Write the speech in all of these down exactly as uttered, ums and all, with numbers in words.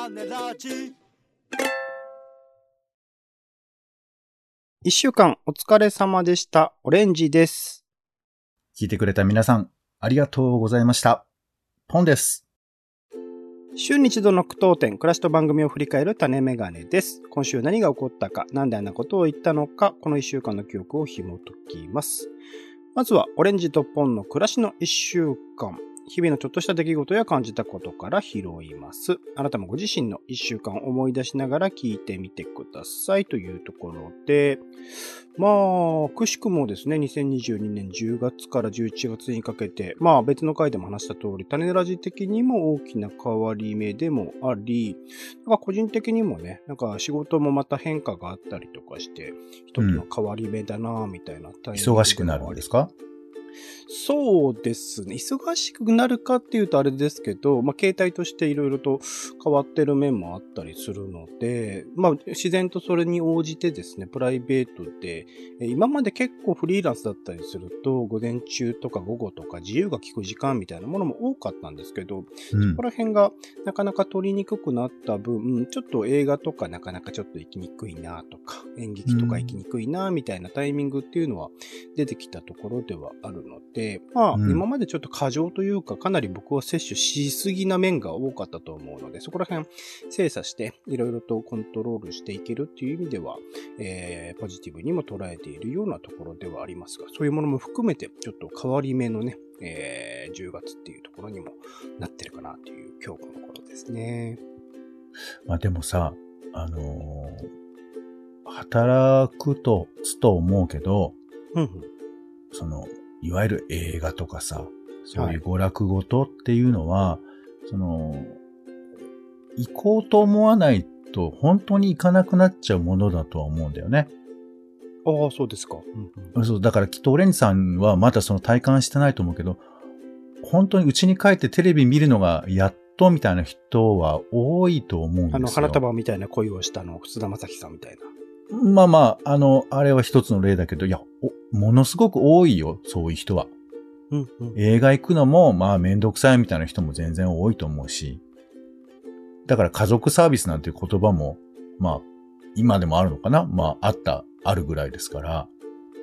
ネラジ。 一週間お疲れ様でした。オレンジです。 聞いてくれた皆さん、ありがとうございました。ポンです。 週に一度の句読点、暮らしと番組を振り返る種メガネです。今週何が起こったか、なんであんなことを言ったのか、この一週間の記憶を紐解きます。まずは、オレンジとポンの暮らしの一週間。日々のちょっとした出来事や感じたことから拾います。あなたもご自身の一週間を思い出しながら聞いてみてくださいというところで、まあ、くしくもですね、にせんにじゅうにねんじゅうがつからじゅういちがつにかけて、まあ別の回でも話した通り、種ラジ的にも大きな変わり目でもあり、なんか個人的にもね、なんか仕事もまた変化があったりとかして、一つの変わり目だなぁみたいなタイミングで、 忙しくなるんですか？ そうですね。忙しくなるかっていうとあれですけど、まあ、形態としていろいろと変わってる面もあったりするので、まあ、自然とそれに応じてですね、プライベートで、今まで結構フリーランスだったりすると、午前中とか午後とか自由が利く時間みたいなものも多かったんですけど、うん、そこら辺がなかなか取りにくくなった分、ちょっと映画とかなかなかちょっと行きにくいなとか、演劇とか行きにくいなみたいなタイミングっていうのは出てきたところではあるので、まあ、うん、今までちょっと過剰というか、かなり僕は摂取しすぎな面が多かったと思うので、そこら辺精査していろいろとコントロールしていけるっていう意味では、えー、ポジティブにも捉えているようなところではありますが、そういうものも含めてちょっと変わり目のね、えー、じゅうがつっていうところにもなってるかなという今日この頃ですね。 まあでもさ、あのー、働くとつと思うけど、うんうん、そのいわゆる映画とかさ、そういう娯楽ごとっていうのは、はい、その、行こうと思わないと本当に行かなくなっちゃうものだとは思うんだよね。 ああ、そうですか。うんうん、そう、だからきっとオレンジさんはまだその体感してないと思うけど、本当に家に帰ってテレビ見るのがやっとみたいな人は多いと思うんですよ。 あの、花束みたいな恋をしたの、菅田将暉さんみたいな。 まあまあ、あの、あれは一つの例だけど、いや、ものすごく多いよ、そういう人は。うんうん、映画行くのも、まあ、めんどくさいみたいな人も全然多いと思うし。だから家族サービスなんていう言葉も、まあ、今でもあるのかな？まあ、あった、あるぐらいですから、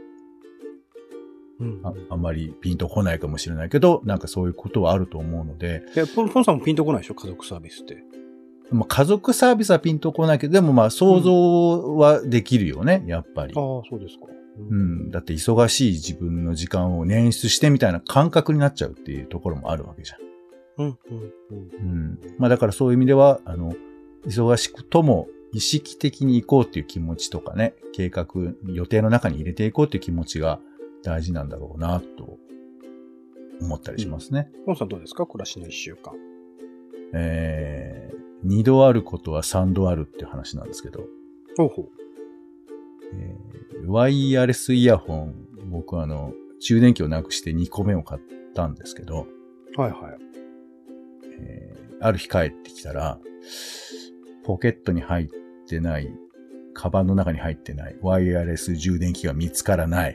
うん、あ, あんまりピンとこないかもしれないけど、なんかそういうことはあると思うので。 え、ポン、ポンさんもピンとこないでしょ？家族サービスって。 まあ、家族サービスはピンとこないけど、でもまあ想像はできるよね、うん、やっぱり。 ああ、そうですか。 うん。だって忙しい自分の時間を捻出してみたいな感覚になっちゃうっていうところもあるわけじゃん。うん、うん、うん。うん。まあだからそういう意味では、あの、忙しくとも意識的に行こうっていう気持ちとかね、計画、予定の中に入れていこうっていう気持ちが大事なんだろうな、と思ったりしますね。 ポンさんどうですか？暮らしの一週間。 えー、二度あることは三度あるっていう話なんですけど。 ほうほう。 えー、ワイヤレスイヤホン、僕はあの、充電器をなくしてにこめを買ったんですけど。 はいはい。 えー、ある日帰ってきたら、ポケットに入ってない、カバンの中に入ってないワイヤレス充電器が見つからない。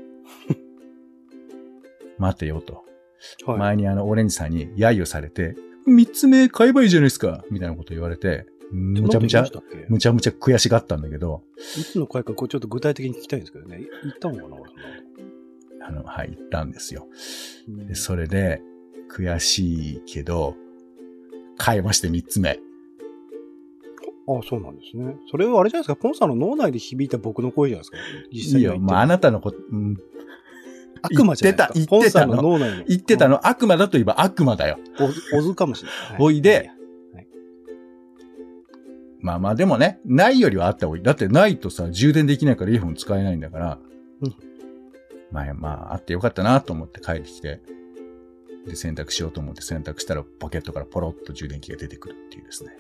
待てよと。はい、前にあの、オレンジさんに揶揄されて、三つ目買えばいいじゃないですかみたいなこと言われて、むちゃむちゃ、むちゃむちゃ悔しがったんだけど。 いつの回かこうちょっと具体的に聞きたいんですけどね。言ったのかな俺あの、はい、言ったんですよ。で、それで、悔しいけど、買いまして三つ目。 ああ、そうなんですね。それはあれじゃないですか、ポンさんの脳内で響いた僕の声じゃないですか。 実際には。いいよ、まああなたのこと、うん。 悪魔じゃないですか。 言ってた、言ってたの。 ポンさんの脳内の言ってたの、悪魔だと言えば悪魔だよ。 お、おずかもしれない。はい、 おいで、はい、まあまあでもね、ないよりはあった方がいい。だってないとさ、充電できないからイヤホン使えないんだから、うん、まあまああってよかったなと思って帰ってきて、で選択しようと思って選択したらポケットからポロッと充電器が出てくるっていうですね。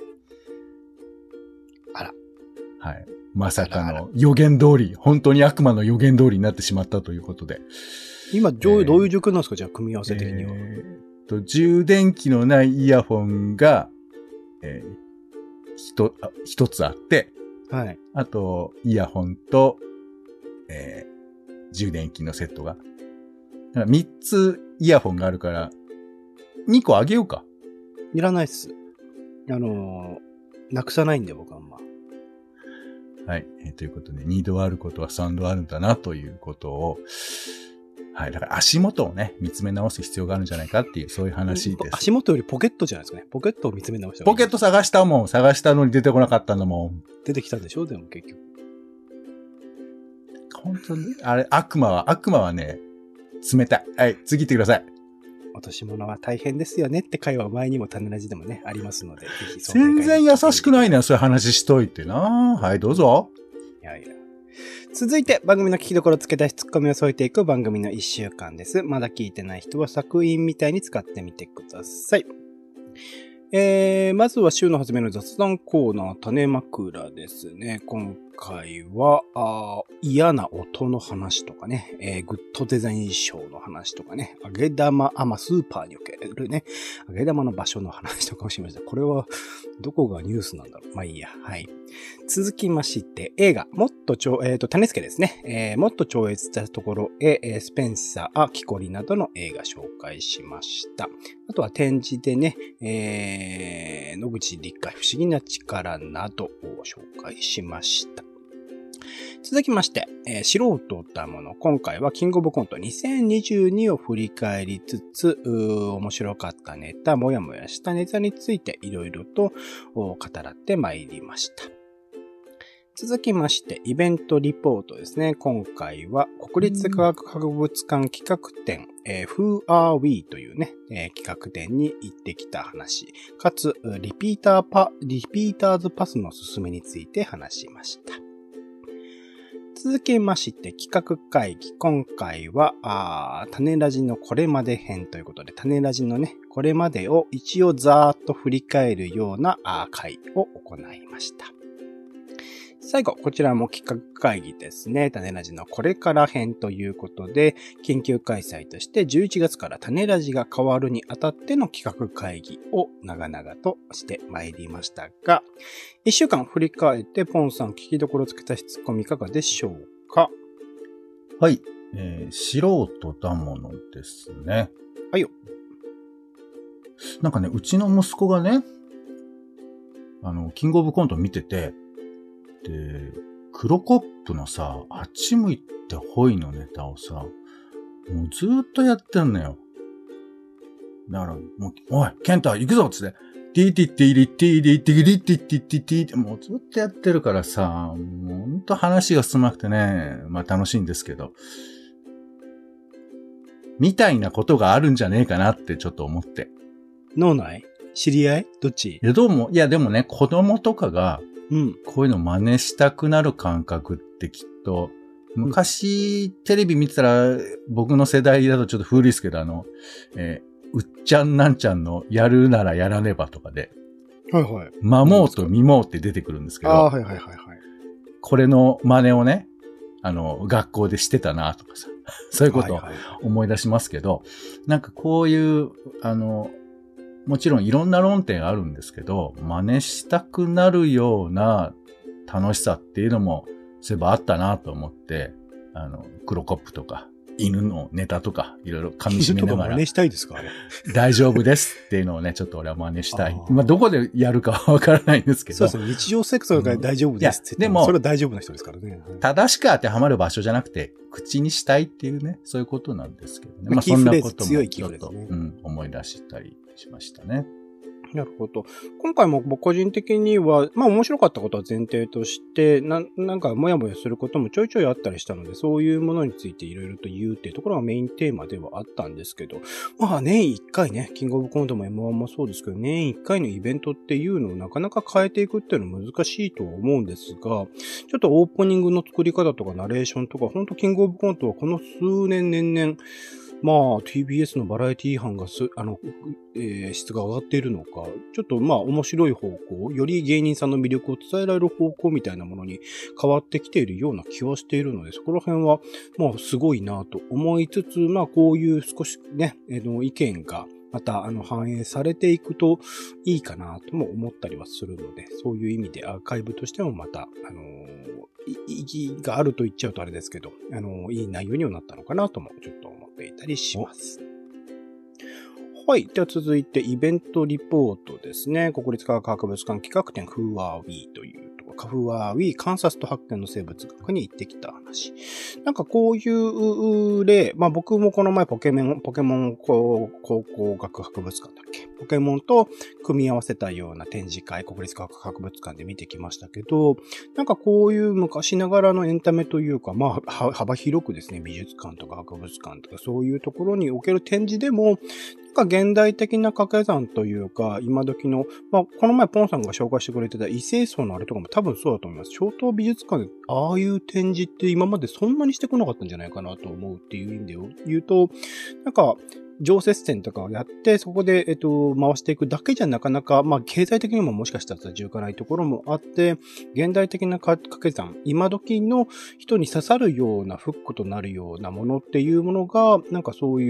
あら。 はい。まさかの予言通り、本当に悪魔の予言通りになってしまったということで。 今、どういう、えー、どういう状況なんですか？じゃあ、組み合わせ的には。 えー、と充電器のないイヤホンが、えー、一、一つあって、 はい。 あと、イヤホンと、えー、充電器のセットが。だから三つイヤホンがあるから、二個あげようか。 いらないっす。あのー、 なくさないんで、僕はあんま。 はい。えー、ということで、にどあることはさんどあるんだなということを、はい。だから足元をね、見つめ直す必要があるんじゃないかっていう、そういう話です。 足元よりポケットじゃないですかね。ポケットを見つめ直したポケット探したもん。探したのに出てこなかったんだもん。 出てきたでしょでも結局。 本当にあれ、悪魔は、悪魔はね、冷たい。はい。次行ってください。 落とし物は大変ですよねって会話前にも種ラジでもね、ありますので、ぜひそ全然優しくないね。そういう話しといてな。はい、どうぞ。 いやいや。続いて番組の聞きどころつけ出しツッコミを添えていく番組のいっしゅうかんです。まだ聞いてない人は作品みたいに使ってみてください。えー、まずは週の初めの雑談コーナー、種枕ですね。今回は、あ嫌な音の話とかね、えー、グッドデザイン賞の話とかね、揚げ玉、あ、まあ、スーパーにおけるね、揚げ玉の場所の話とかをしました。これは、どこがニュースなんだろう。まあいいや。はい。続きまして、映画、もっと超、えっ、ー、と、種付けですね。えー、もっと超越したところへ、えー、スペンサー、キコリなどの映画紹介しました。あとは展示でね、えー、野口理香不思議な力などを紹介しました。続きまして、えー、素人だもの。今回はキングオブコントにせんにじゅうにを振り返りつつ、面白かったネタ、もやもやしたネタについていろいろと語らってまいりました。続きまして、イベントリポートですね。今回は国立科学博物館企画展、えー、Who Are We というね、えー、企画展に行ってきた話、かつリピーターパ、リピーターズパスの進めについて話しました。続きまして、企画会議。今回は、あ種ラジのこれまで編ということで、種ラジのね、これまでを一応ざーっと振り返るようなあ会を行いました。最後、こちらも企画会議ですね。種ラジのこれから編ということで、緊急開催としてじゅういちがつから種ラジが変わるにあたっての企画会議を長々としてまいりましたが、いっしゅうかん振り返って、ポンさん聞きどころつけたしツッコミいかがでしょうか？ はい。えー、素人だものですね。 はいよ。 なんかね、うちの息子がね、あの、キングオブコント見てて、で、黒コップのさ、あっち向いてホイのネタをさ、もうずーっとやってんのよ。だから、もう、おい、ケンタ行くぞっつって、ティーティッティリッティリッティリッティッティッティッティってもうずっとやってるからさ、もうほんと話が進まなくてね、まあ楽しいんですけど、みたいなことがあるんじゃねえかなってちょっと思って。 脳内？知り合い？どっち？ いや、どうも、いやでもね、子供とかが、 うん。 こういうの真似したくなる感覚ってきっと、昔、うん、テレビ見てたら、僕の世代だとちょっと古いですけど、あの、えー、うっちゃんなんちゃんのやるならやらねばとかで、 はいはい。 まもうとみもうって出てくるんですけど、 ああ、はいはいはいはい。 これの真似をね、あの、学校でしてたなとかさ、そういうことを思い出しますけど、はいはいはい、なんかこういう、あの、もちろんいろんな論点あるんですけど、真似したくなるような楽しさっていうのも、そういえばあったなと思って、あの、黒コップとか、犬のネタとか、いろいろ噛み締めながら。 真似したいですか？ 大丈夫ですっていうのをね、ちょっと俺は真似したい。まあ、どこでやるかわからないんですけど。 そうですね。日常セックスが大丈夫ですって言っても、でも、それは大丈夫な人ですからね。 正しく当てはまる場所じゃなくて、口にしたいっていうね、そういうことなんですけどね。 まあ、そんなこともちょっと、 ね、うん、思い出したりしましたね。 なるほど。今回も僕個人的には、まあ面白かったことは前提として、な、なんかもやもやすることもちょいちょいあったりしたので、そういうものについていろいろと言うっていうところがメインテーマではあったんですけど、まあ年一回ね、キングオブコントも エムワン もそうですけど、年一回のイベントっていうのをなかなか変えていくっていうのは難しいとは思うんですが、ちょっとオープニングの作り方とかナレーションとか、本当キングオブコントはこの数年年々、まあ ティービーエス のバラエティ班がす、あの、えー、質が上がっているのか、ちょっとまあ面白い方向、より芸人さんの魅力を伝えられる方向みたいなものに変わってきているような気はしているので、そこら辺はまあすごいなと思いつつ、まあこういう少しね、えー、の意見がまたあの反映されていくといいかなとも思ったりはするので、そういう意味でアーカイブとしてもまた、あのー、意義があると言っちゃうとあれですけど、あのー、いい内容にはなったのかなともちょっと思っていたりします。 はい。では続いて、イベントリポートですね。国立科学博物館企画展、Who Are We というところ、Who Are We 観察と発見の生物学に行ってきた話。なんかこういう例、まあ僕もこの前ポケモン、ポケモン高校学博物館だっけ、ポケモンと組み合わせたような展示会、国立科学博物館で見てきましたけど、なんかこういう昔ながらのエンタメというか、まあ幅広くですね、美術館とか博物館とかそういうところにおける展示でも、なんか現代的な掛け算というか、今時の、まあ、この前ポンさんが紹介してくれてた異性層のあれとかも多分そうだと思います。小東美術館でああいう展示って今までそんなにしてこなかったんじゃないかなと思うっていう意味で言うと、なんか、常設展とかをやって、そこで、えっと、回していくだけじゃなかなか、まあ、経済的にももしかしたら立ち行かないところもあって、現代的な掛け算、今時の人に刺さるようなフックとなるようなものっていうものが、なんかそういう、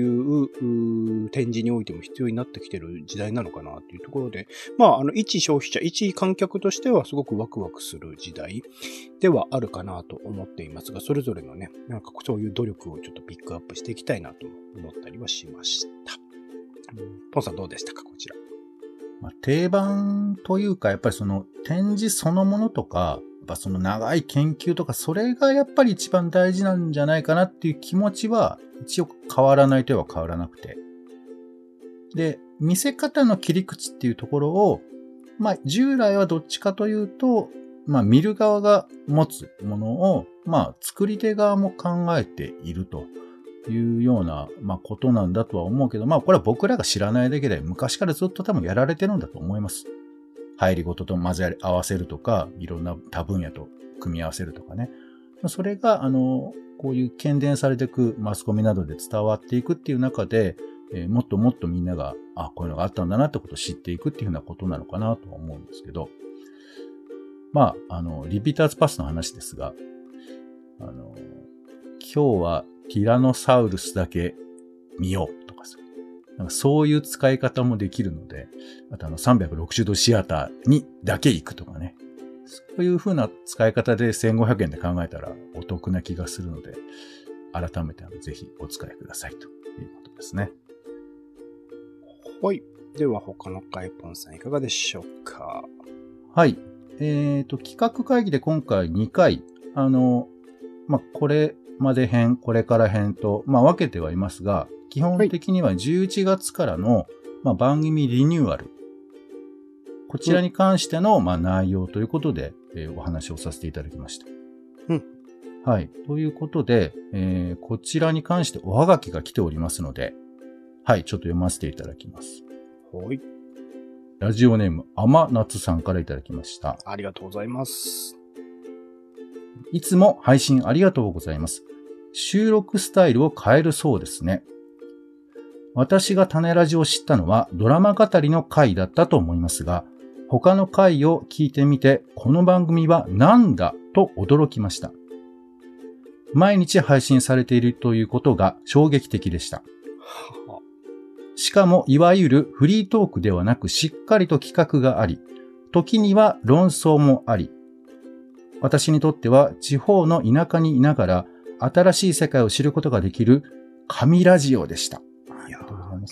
う展示においても必要になってきてる時代なのかなっていうところで、まあ、あの、一消費者、一観客としてはすごくワクワクする時代ではあるかなと思っていますが、それぞれのね、なんかそういう努力をちょっとピックアップしていきたいなと思ったりはしました。ポンさんどうでしたか、こちら。 まあ、定番というか、やっぱりその展示そのものとか、やっぱその長い研究とか、それがやっぱり一番大事なんじゃないかなっていう気持ちは、一応変わらないといえば変わらなくて。で、見せ方の切り口っていうところを、まあ、従来はどっちかというと、まあ、見る側が持つものを、まあ、作り手側も考えているというような、まあ、ことなんだとは思うけど、まあ、これは僕らが知らないだけで、昔からずっと多分やられてるんだと思います。入りごとと混ぜ合わせるとか、いろんな多分野と組み合わせるとかね。それが、あの、こういう喧伝されていくマスコミなどで伝わっていくっていう中で、えー、もっともっとみんなが、あ、こういうのがあったんだなってことを知っていくっていうふうなことなのかなとは思うんですけど、まあ、あの、リピーターズパスの話ですが、あの、今日はティラノサウルスだけ見ようとかさ、なんかそういう使い方もできるので、あとあのさんびゃくろくじゅうどシアターにだけ行くとかね、そういう風な使い方でせんごひゃくえんで考えたらお得な気がするので、改めてあのぜひお使いくださいということですね。 はい。では他のカイポンさんいかがでしょうか。 はい。えっと、企画会議で今回にかい、あの、まあ、これまで編、これから編と、まあ、分けてはいますが、基本的にはじゅういちがつからの、はい、まあ、番組リニューアル。こちらに関しての、まあ、内容ということで、えー、お話をさせていただきました。 うん。 はい。ということで、えー、こちらに関しておはがきが来ておりますので、はい、ちょっと読ませていただきます。 はい。 ラジオネーム、あまなつさんからいただきました。 ありがとうございます。 いつも配信ありがとうございます。収録スタイルを変えるそうですね。私が種ラジを知ったのはドラマ語りの回だったと思いますが、他の回を聞いてみて、この番組はなんだと驚きました。毎日配信されているということが衝撃的でした。しかも、いわゆるフリートークではなくしっかりと企画があり、時には論争もあり、私にとっては地方の田舎にいながら新しい世界を知ることができる神ラジオでした。ありがとうございます。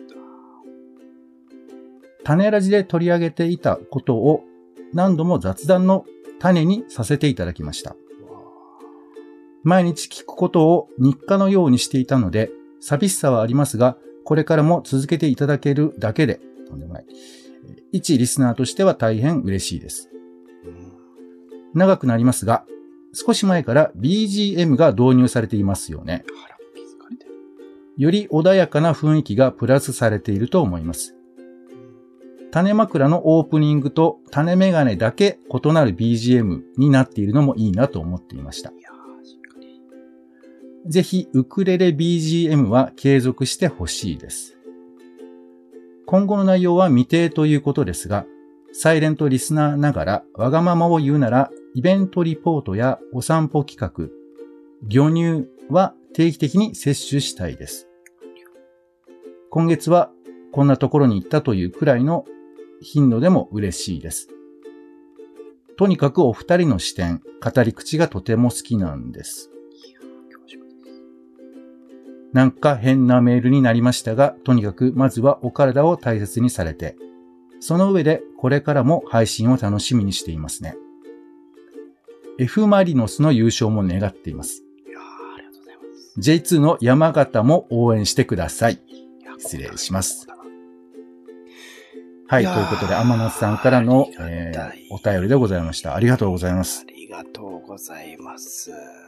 種ラジで取り上げていたことを何度も雑談の種にさせていただきました。毎日聞くことを日課のようにしていたので、寂しさはありますが、これからも続けていただけるだけで、とんでもない。一リスナーとしては大変嬉しいです。長くなりますが、少し前から ビージーエム が導入されていますよね。より穏やかな雰囲気がプラスされていると思います。種枕のオープニングと種メガネだけ異なる ビージーエム になっているのもいいなと思っていました。ぜひウクレレ ビージーエム は継続してほしいです。今後の内容は未定ということですが、サイレントリスナーながらわがままを言うならイベントリポートやお散歩企画、魚乳は定期的に摂取したいです。今月はこんなところに行ったというくらいの頻度でも嬉しいです。とにかくお二人の視点、語り口がとても好きなんです。 なんか変なメールになりましたが、とにかくまずはお体を大切にされて、その上でこれからも配信を楽しみにしていますね。F マリノスの優勝も願っています。 いやー、ありがとうございます。 ジェイツー の山形も応援してください。失礼します。はい、ということで、天野さんからの、えー、お便りでございました。ありがとうございます。 ありがとうございます。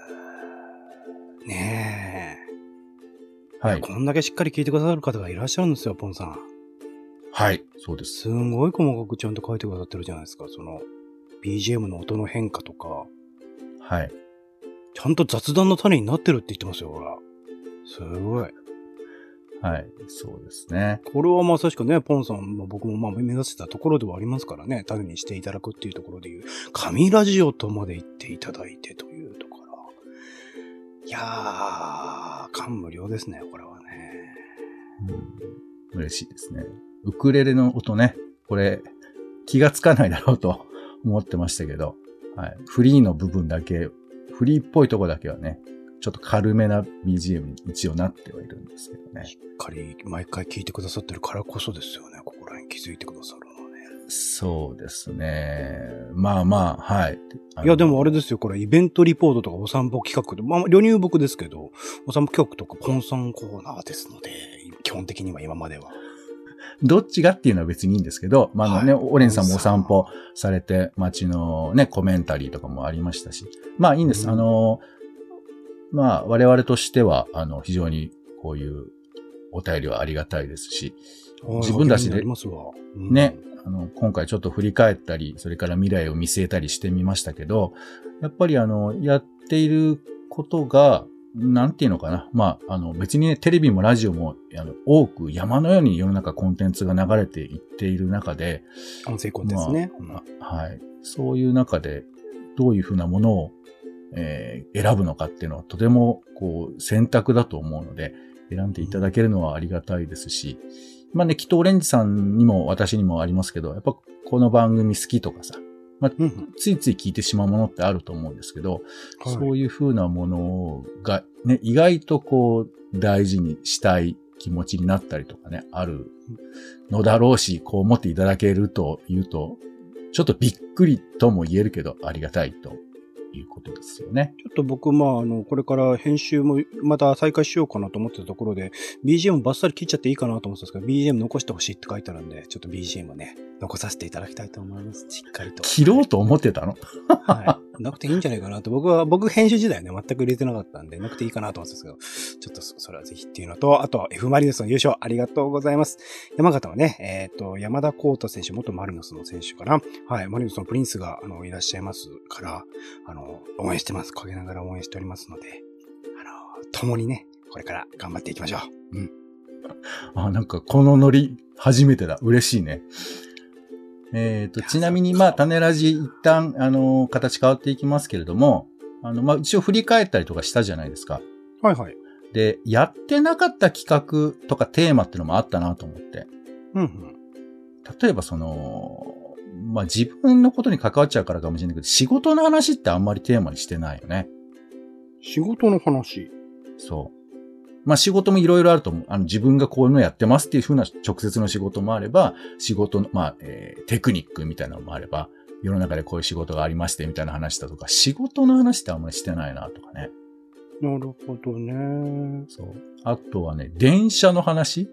ねえ。はい。こんだけしっかり聞いてくださる方がいらっしゃるんですよ、ポンさん。 はい、そうです。 すんごい細かくちゃんと書いてくださってるじゃないですか。その、ビージーエム の音の変化とか。 はい。 ちゃんと雑談の種になってるって言ってますよ、ほら。すごい。 はい、そうですね。 これはまさしくね、ポンさん、まあ、僕もまあ目指してたところではありますからね、種にしていただくっていうところでいう、神ラジオとまで言っていただいてというところ。いやー、感無量ですね、これはね。 うん、嬉しいですね。ウクレレの音ね、これ気がつかないだろうと思ってましたけど、はい、フリーの部分だけ、フリーっぽいとこだけはね、ちょっと軽めな ビージーエム に一応なってはいるんですけどね。 しっかり毎回聞いてくださってるからこそですよね。ここら辺気づいてくださるのね。 そうですね。まあまあ、はい。 いやでもあれですよ、これイベントリポートとかお散歩企画で、まあ、旅入僕ですけど、お散歩企画とかポンさんコーナーですので、基本的には今までは。 どっちがっていうのは別にいいんですけど、まあ、あのね、はい、オレンさんもお散歩されて、街のね、コメンタリーとかもありましたし、まあいいんです。うん、あの、まあ我々としては、あの、非常にこういうお便りはありがたいですし、自分たちで、ね、あの、今回ちょっと振り返ったり、それから未来を見据えたりしてみましたけど、やっぱりあの、やっていることが、なんていうのかな。まあ、あの、別にね、テレビもラジオも、あの、多く山のように世の中コンテンツが流れていっている中で、 音声コンテンツね、 まあ。はい。そういう中で、どういうふうなものを、えー、選ぶのかっていうのはとても、こう、選択だと思うので、選んでいただけるのはありがたいですし、まあね、きっとオレンジさんにも私にもありますけど、やっぱこの番組好きとかさ、まあ、うん、ついつい聞いてしまうものってあると思うんですけど、はい、そういう風なものがね、意外とこう大事にしたい気持ちになったりとかね、あるのだろうし、こう思っていただけるというと、ちょっとびっくりとも言えるけど、ありがたいということですよね。 ちょっと僕、まあ、あの、これから編集もまた再開しようかなと思ってたところで、ビージーエム バッサリ切っちゃっていいかなと思ってたんですけど、ビージーエム 残してほしいって書いてあるんで、ちょっと ビージーエム ね、残させていただきたいと思います。しっかりと。 切ろうと思ってたのはい。なくていいんじゃないかなと。僕は、僕編集時代はね、全く入れてなかったんで、なくていいかなと思ってたんですけど、ちょっとそれはぜひっていうのと、あとは F マリノスの優勝ありがとうございます。山形はね、えっと、山田光太選手、元マリノスの選手かな。はい。マリノスのプリンスが、あの、いらっしゃいますから、あの、応援してます。陰ながら応援しておりますので、あの、共にね、これから頑張っていきましょう。うん。 あ、なんかこのノリ、初めてだ。嬉しいね。えっと、ちなみに、まあ、種ラジ一旦、あの、形変わっていきますけれども、あの、まあ、一応振り返ったりとかしたじゃないですか。 はいはい。 で、やってなかった企画とかテーマっていうのもあったなと思って。 うんうん。 例えばその、まあ、自分のことに関わっちゃうからかもしれないけど、仕事の話ってあんまりテーマにしてないよね。 仕事の話？ そう。まあ仕事もいろいろあると思う。あの自分がこういうのやってますっていう風な直接の仕事もあれば、仕事の、まあ、えー、テクニックみたいなのもあれば、世の中でこういう仕事がありましてみたいな話だとか、仕事の話ってあんまりしてないなとかね。 なるほどね。 そう。あとはね、電車の話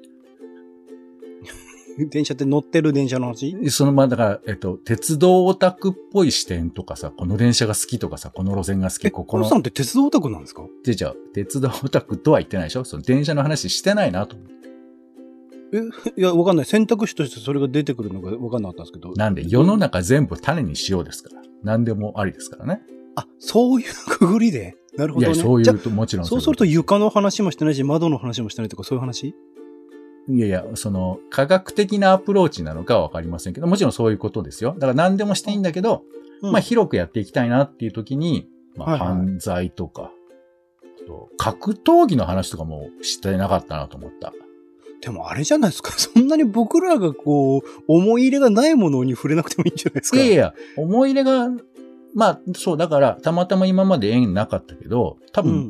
電車って乗ってる電車の話？ そのまあだから、えっと、鉄道オタクっぽい視点とかさ、この電車が好きとかさ、この路線が好き、ここの。 お父さんって鉄道オタクなんですか？ で、じゃあ、鉄道オタクとは言ってないでしょ？その電車の話してないなと思って。 え、いや、わかんない。選択肢としてそれが出てくるのがわかんなかったんですけど。 なんで、世の中全部種にしようですから。何でもありですからね。 あ、そういうくぐりで。なるほどね。 いや、そういうと、もちろんそうすると床の話もしてないし、窓の話もしてないとか、そういう話？ いやいや、その、科学的なアプローチなのかはわかりませんけど、もちろんそういうことですよ。だから何でもしていいんだけど、うん、まあ広くやっていきたいなっていう時に、まあ犯罪とか、はいはい、と格闘技の話とかもしてなかったなと思った。 でもあれじゃないですか。そんなに僕らがこう、思い入れがないものに触れなくてもいいんじゃないですか。 いやいや、思い入れが、まあそう、だからたまたま今まで縁なかったけど、多分、うん、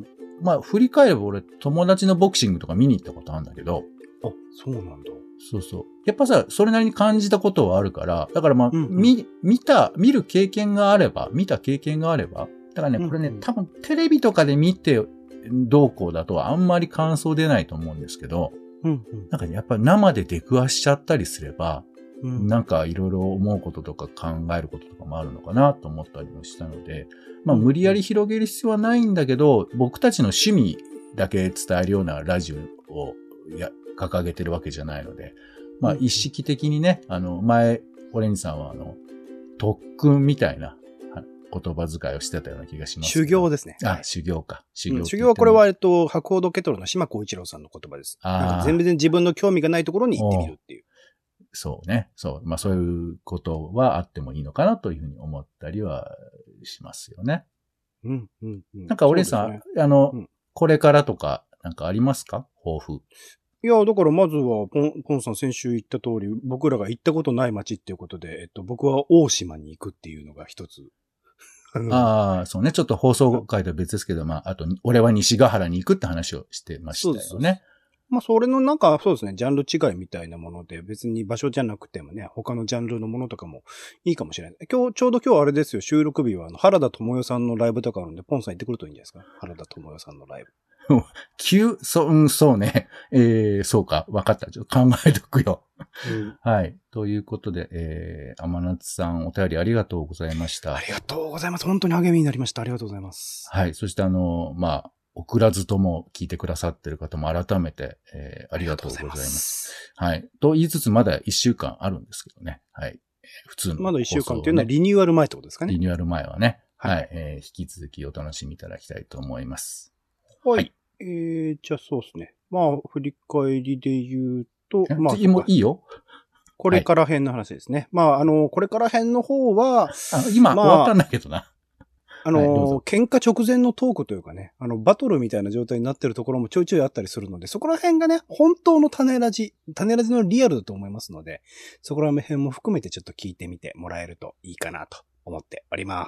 まあ振り返れば俺友達のボクシングとか見に行ったことあるんだけど。 あ、そうなんだ。 そうそう。やっぱさ、それなりに感じたことはあるから、だからまあ、うんうん、見、見た、見る経験があれば、見た経験があれば、だからね、これね、うんうん、多分テレビとかで見てどうこうだとあんまり感想出ないと思うんですけど、うんうん、なんかね、やっぱ生で出くわしちゃったりすれば、うん、なんかいろいろ思うこととか考えることとかもあるのかなと思ったりもしたので、まあ無理やり広げる必要はないんだけど、僕たちの趣味だけ伝えるようなラジオをや掲げてるわけじゃないので、まあ意識的にね、あの前、オレンジさんはあの、特訓みたいな言葉遣いをしてたような気がします。 修行ですね。 あ、修行か。修行、 うん。修行はこれは、えっと、博報堂ケトルの島光一郎さんの言葉です。なんか全然自分の興味がないところに行ってみるっていう。 そうね。そう。まあそういうことはあってもいいのかなというふうに思ったりはしますよね。 うん、うん、うん。 なんか、オレンジさん、ね、あの、うん、これからとか、なんかありますか？抱負。 いや、だからまずは、ポン、ポンさん先週言った通り、僕らが行ったことない街っていうことで、えっと、僕は大島に行くっていうのが一つ。 ああ、そうね。ちょっと放送回とは別ですけど、まあ、あと、俺は西ヶ原に行くって話をしてましたよね。そうそうそう。 まあ、それのなんか、そうですね、ジャンル違いみたいなもので、別に場所じゃなくてもね、他のジャンルのものとかもいいかもしれない。今日、ちょうど今日あれですよ、収録日は、あの、原田智代さんのライブとかあるんで、ポンさん行ってくるといいんじゃないですか？原田智代さんのライブ。 急、そう、うん、そうね。えー、そうか。わかった。ちょっと考えとくよ。うん、はい。ということで、えー、天夏さんお便りありがとうございました。 ありがとうございます。本当に励みになりました。ありがとうございます。 はい。そしてあの、まあ、送らずとも聞いてくださってる方も改めて、えー、ありがとうございます。ますはい。と言いつつまだいっしゅうかんあるんですけどね。はい。普通の、ね。 まだいっしゅうかんっていうのはリニューアル前ってことですかね。 リニューアル前はね。はい。はい、えー、引き続きお楽しみいただきたいと思います。 はい。はい、えー、じゃあそうですね。まあ、振り返りで言うと、まあ、 次もいいよ。 これから編の話ですね。はい、まあ、あの、これから編の方は、 あ今、まあ、終わったんだけどな。 あの、はい、喧嘩直前のトークというかね、あの、バトルみたいな状態になってるところもちょいちょいあったりするので、そこら辺がね、本当の種ラジ、種ラジのリアルだと思いますので、そこら辺も含めてちょっと聞いてみてもらえるといいかなと思っております。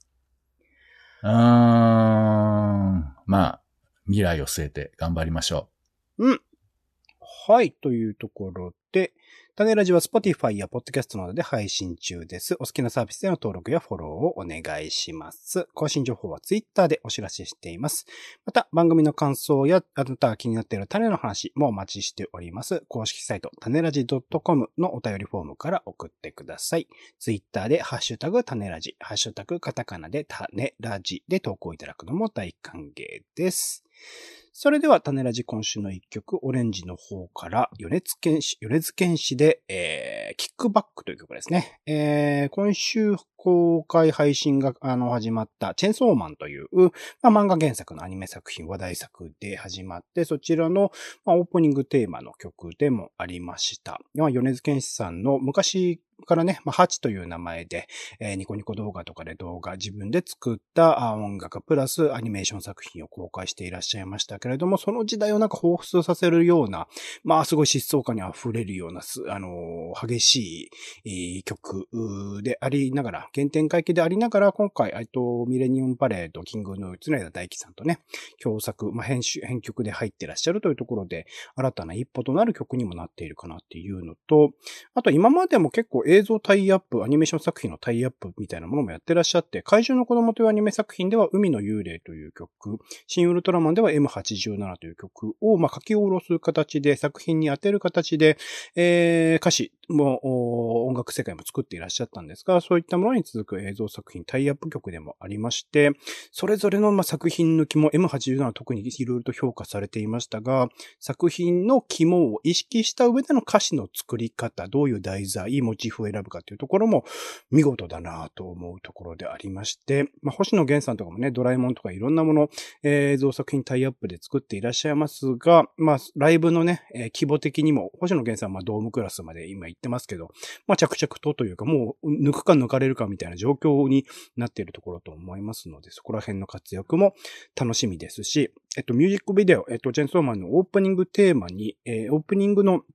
うーん。まあ、未来を据えて頑張りましょう。うん。はい、というところで、種ラジは Spotify や Podcast などで配信中です。お好きなサービスでの登録やフォローをお願いします。更新情報は Twitter でお知らせしています。また、番組の感想やあなたが気になっている種の話もお待ちしております。公式サイト、種ラジ .com のお便りフォームから送ってください。Twitter でハッシュタグ種ラジ、ハッシュタグカタカナで種ラジで投稿いただくのも大歓迎です。それでは、種ラジ今週の一曲、オレンジの方から、米津玄師、米津玄師で、えー、キックバックという曲ですね。えー、今週公開配信が、あの、始まった、チェンソーマンという、まあ、漫画原作のアニメ作品、話題作で始まって、そちらの、まあ、オープニングテーマの曲でもありました。まあ、米津玄師さんの昔、からね、まあ、ハチという名前で、えー、ニコニコ動画とかで動画自分で作った音楽プラスアニメーション作品を公開していらっしゃいましたけれども、その時代をなんか彷彿させるような、まあすごい疾走感に溢れるような、あのー、激しい、えー、曲でありながら、原点回帰でありながら、今回、えっと、ミレニウムパレード、キングの常田大樹さんとね、共作、まあ編集、編曲で入ってらっしゃるというところで、新たな一歩となる曲にもなっているかなっていうのと、あと今までも結構映像タイアップ、アニメーション作品のタイアップみたいなものもやってらっしゃって、怪獣の子供というアニメ作品では海の幽霊という曲、新ウルトラマンでは エムはちじゅうなな という曲を、まあ、書き下ろす形で、作品に当てる形で、えー、歌詞も音楽世界も作っていらっしゃったんですが、そういったものに続く映像作品、タイアップ曲でもありまして、それぞれのまあ作品の肝、エムはちじゅうなな は特にいろいろと評価されていましたが、作品の肝を意識した上での歌詞の作り方、どういう題材、モチーフを選ぶかというところも見事だなと思うところでありまして、まあ、星野源さんとかもね、ドラえもんとかいろんなもの、えー、映像作品タイアップで作っていらっしゃいますが、まあ、ライブのね、えー、規模的にも、星野源さんはまあドームクラスまで今行ってますけど、まあ、着々とというか、もう抜くか抜かれるかみたいな状況になっているところと思いますので、そこら辺の活躍も楽しみですし、えっと、ミュージックビデオ、えっと、チェンソーマンのオープニングテーマに、えー、オープニングの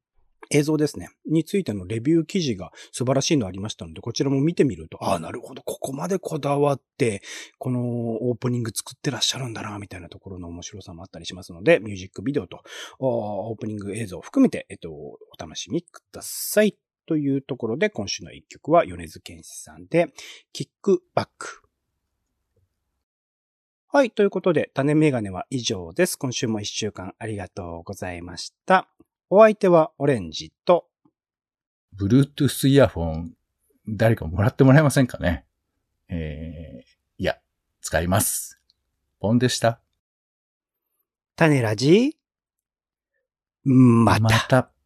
映像ですね。についてのレビュー記事が素晴らしいのありましたので、こちらも見てみると、ああ、なるほど、ここまでこだわって、このオープニング作ってらっしゃるんだな、みたいなところの面白さもあったりしますので、ミュージックビデオとオープニング映像を含めて、えっと、お楽しみください。というところで、今週の一曲は米津玄師さんで、キックバック。はい、ということで、種メガネは以上です。今週も一週間ありがとうございました。お相手はオレンジと、 Bluetooth イヤホン、誰かもらってもらえませんかね。えー、いや、使います。ポンでした。 種ラジまた。 また。